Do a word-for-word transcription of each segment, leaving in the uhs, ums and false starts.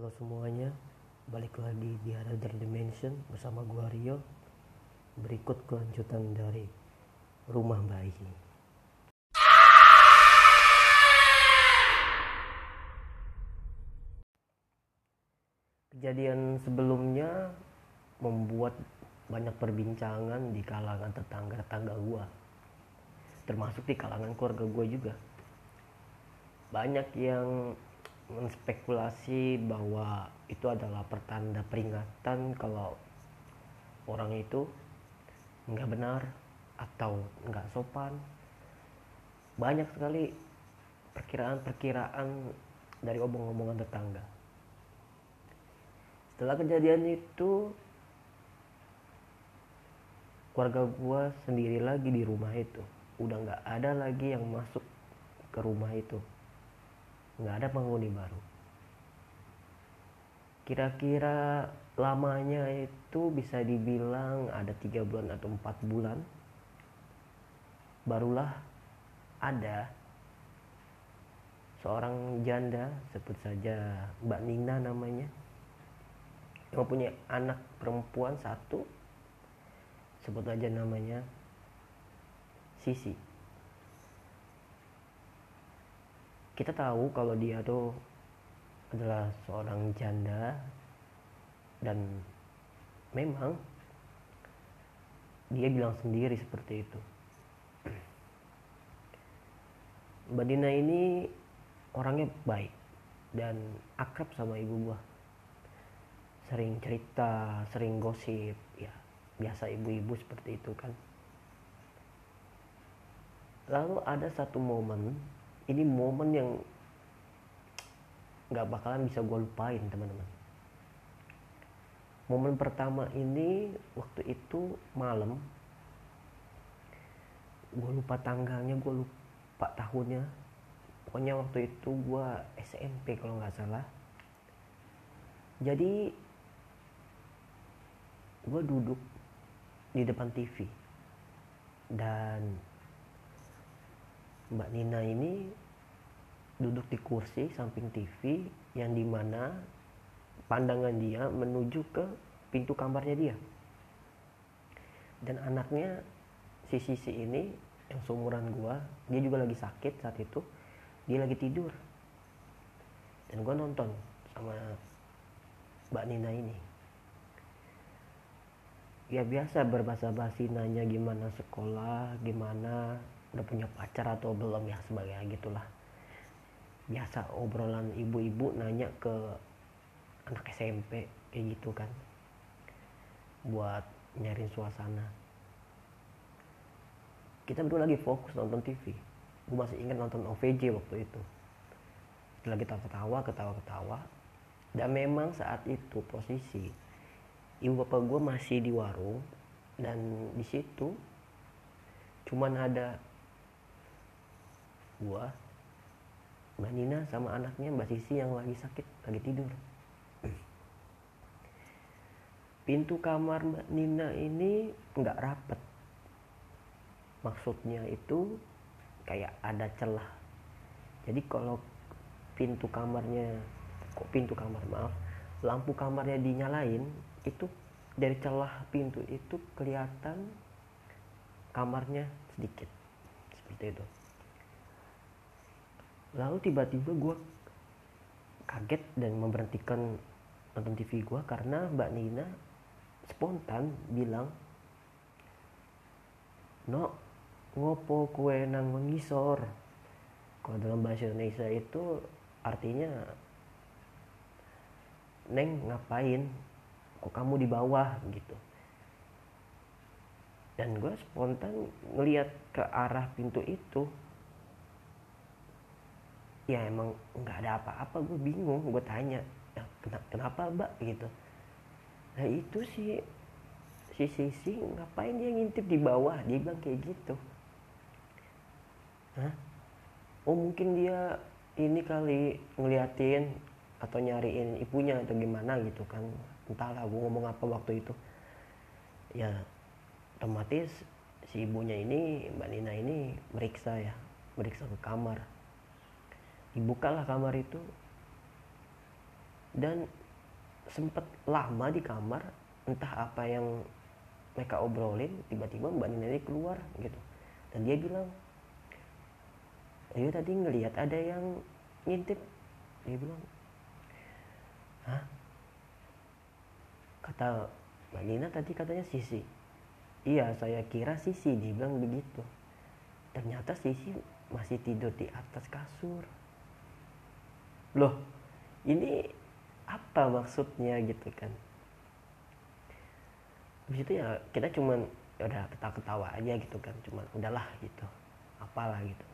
Halo semuanya, balik lagi di Another Dimension bersama gua Rio. Berikut kelanjutan dari Rumah Bayi. Kejadian sebelumnya membuat banyak perbincangan di kalangan tetangga-tetangga gua, termasuk di kalangan keluarga gua juga. Banyak yang menspekulasi bahwa itu adalah pertanda peringatan kalau orang itu nggak benar atau nggak sopan. Banyak sekali perkiraan-perkiraan dari omong-omongan tetangga. Setelah kejadian itu, keluarga gue sendiri lagi di rumah itu. Udah nggak ada lagi yang masuk ke rumah itu. Nggak ada penghuni baru. Kira-kira lamanya itu bisa dibilang ada tiga bulan atau empat bulan. Barulah ada seorang janda, sebut saja Mbak Nina namanya, yang mempunyai anak perempuan satu, sebut aja namanya Sisi. Kita tahu kalau dia tuh adalah seorang janda, dan memang dia bilang sendiri seperti itu. Mbak Nina ini orangnya baik dan akrab sama ibu gua. Sering cerita, sering gosip, ya biasa ibu-ibu seperti itu kan. Lalu ada satu momen, ini momen yang gak bakalan bisa gue lupain teman-teman. Momen pertama ini waktu itu malam, gue lupa tanggalnya, gue lupa tahunnya. Pokoknya waktu itu gue S M P kalau gak salah. Jadi gue duduk di depan T V dan Mbak Nina ini duduk di kursi samping T V yang dimana pandangan dia menuju ke pintu kamarnya dia. Dan anaknya si Sisi ini yang seumuran gue, dia juga lagi sakit saat itu, dia lagi tidur. Dan gue nonton sama Mbak Nina ini. Ya biasa berbahasa basi nanya gimana sekolah, gimana udah punya pacar atau belum, ya sebagainya gitulah. Biasa obrolan ibu-ibu nanya ke anak S M P kayak gitu kan, buat nyariin suasana. Kita berdua lagi fokus nonton T V. Gue masih ingat nonton O V J waktu itu. Setelah kita ketawa, ketawa, ketawa. Dan memang saat itu posisi ibu bapak gue masih di warung, dan di situ cuman ada gue, Mbak Nina sama anaknya Mbak Sisi yang lagi sakit, lagi tidur. Pintu kamar Mbak Nina ini nggak rapet. Maksudnya itu kayak ada celah. Jadi kalau pintu kamarnya, kok pintu kamar maaf, lampu kamarnya dinyalain, itu dari celah pintu itu kelihatan kamarnya sedikit seperti itu. Lalu tiba-tiba gue kaget dan memberhentikan nonton T V gue karena Mbak Nina spontan bilang, "No, ngopo kue nang mengisor." Kalau dalam bahasa Indonesia itu artinya, "Neng ngapain? Kok kamu di bawah?" gitu. Dan gue spontan ngeliat ke arah pintu itu. Ya emang nggak ada apa-apa, gue bingung, gue tanya, ya, kenapa Mbak gitu. Nah itu sih si Sisi ngapain dia ngintip di bawah, dia bilang kayak gitu. Hah? Oh mungkin dia ini kali ngeliatin atau nyariin ibunya atau gimana gitu kan. Entahlah gue ngomong apa waktu itu. Ya otomatis si ibunya ini, Mbak Nina ini meriksa ya, meriksa ke kamar. Dibukalah kamar itu. Dan sempet lama di kamar, entah apa yang mereka obrolin, tiba-tiba Mbak Nina ini keluar gitu. Dan dia bilang, ayo tadi ngelihat ada yang ngintip. Dia bilang, hah? Kata Mbak Nina tadi katanya Sisi. Iya, saya kira Sisi, dia bilang begitu. Ternyata Sisi masih tidur di atas kasur. Loh, ini apa maksudnya gitu kan? Di situ ya kita cuman ya udah ketawa-ketawa aja gitu kan, cuman udahlah gitu, apalah gitu.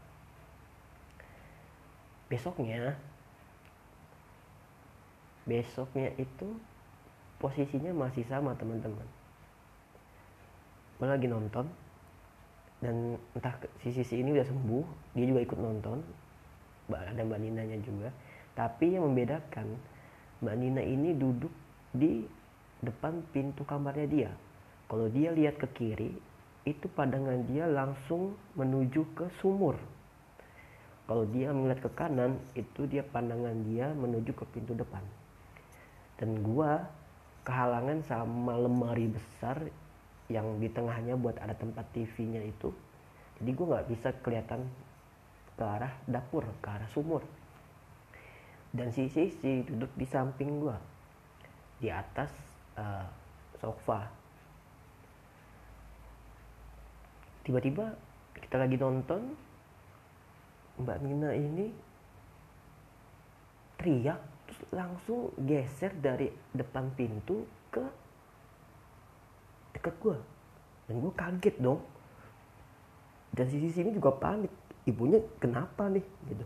Besoknya, besoknya itu posisinya masih sama teman-teman. Gue lagi nonton dan entah si Sisi ini udah sembuh, dia juga ikut nonton, ada Mbak Ninanya juga. Tapi yang membedakan, Mbak Nina ini duduk di depan pintu kamarnya dia. Kalau dia lihat ke kiri, itu pandangan dia langsung menuju ke sumur. Kalau dia melihat ke kanan, itu dia pandangan dia menuju ke pintu depan. Dan gua kehalangan sama lemari besar yang di tengahnya buat ada tempat T V-nya itu. Jadi gua nggak bisa kelihatan ke arah dapur, ke arah sumur. Dan si Sisi duduk di samping gua, di atas uh, sofa. Tiba-tiba kita lagi nonton, Mbak Nina ini teriak, terus langsung geser dari depan pintu ke dekat gue. Dan gue kaget dong. Dan si Sisi ini juga panik, ibunya kenapa nih gitu.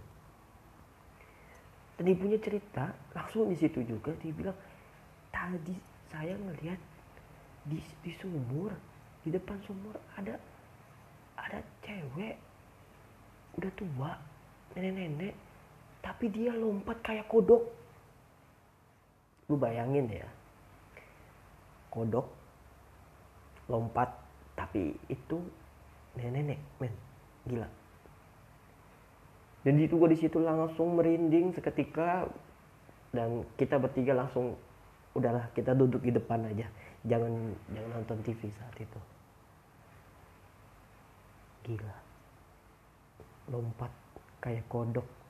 Dan ibunya cerita langsung di situ juga, dia bilang tadi saya ngelihat di, di sumur, di depan sumur ada ada cewek udah tua, nenek-nenek, tapi dia lompat kayak kodok. Lu bayangin ya, kodok lompat tapi itu nenek-nenek, men, gila. Dan itu gue di situ langsung merinding seketika, dan kita bertiga langsung udahlah kita duduk di depan aja, jangan jangan nonton T V saat itu. Gila, lompat kayak kodok.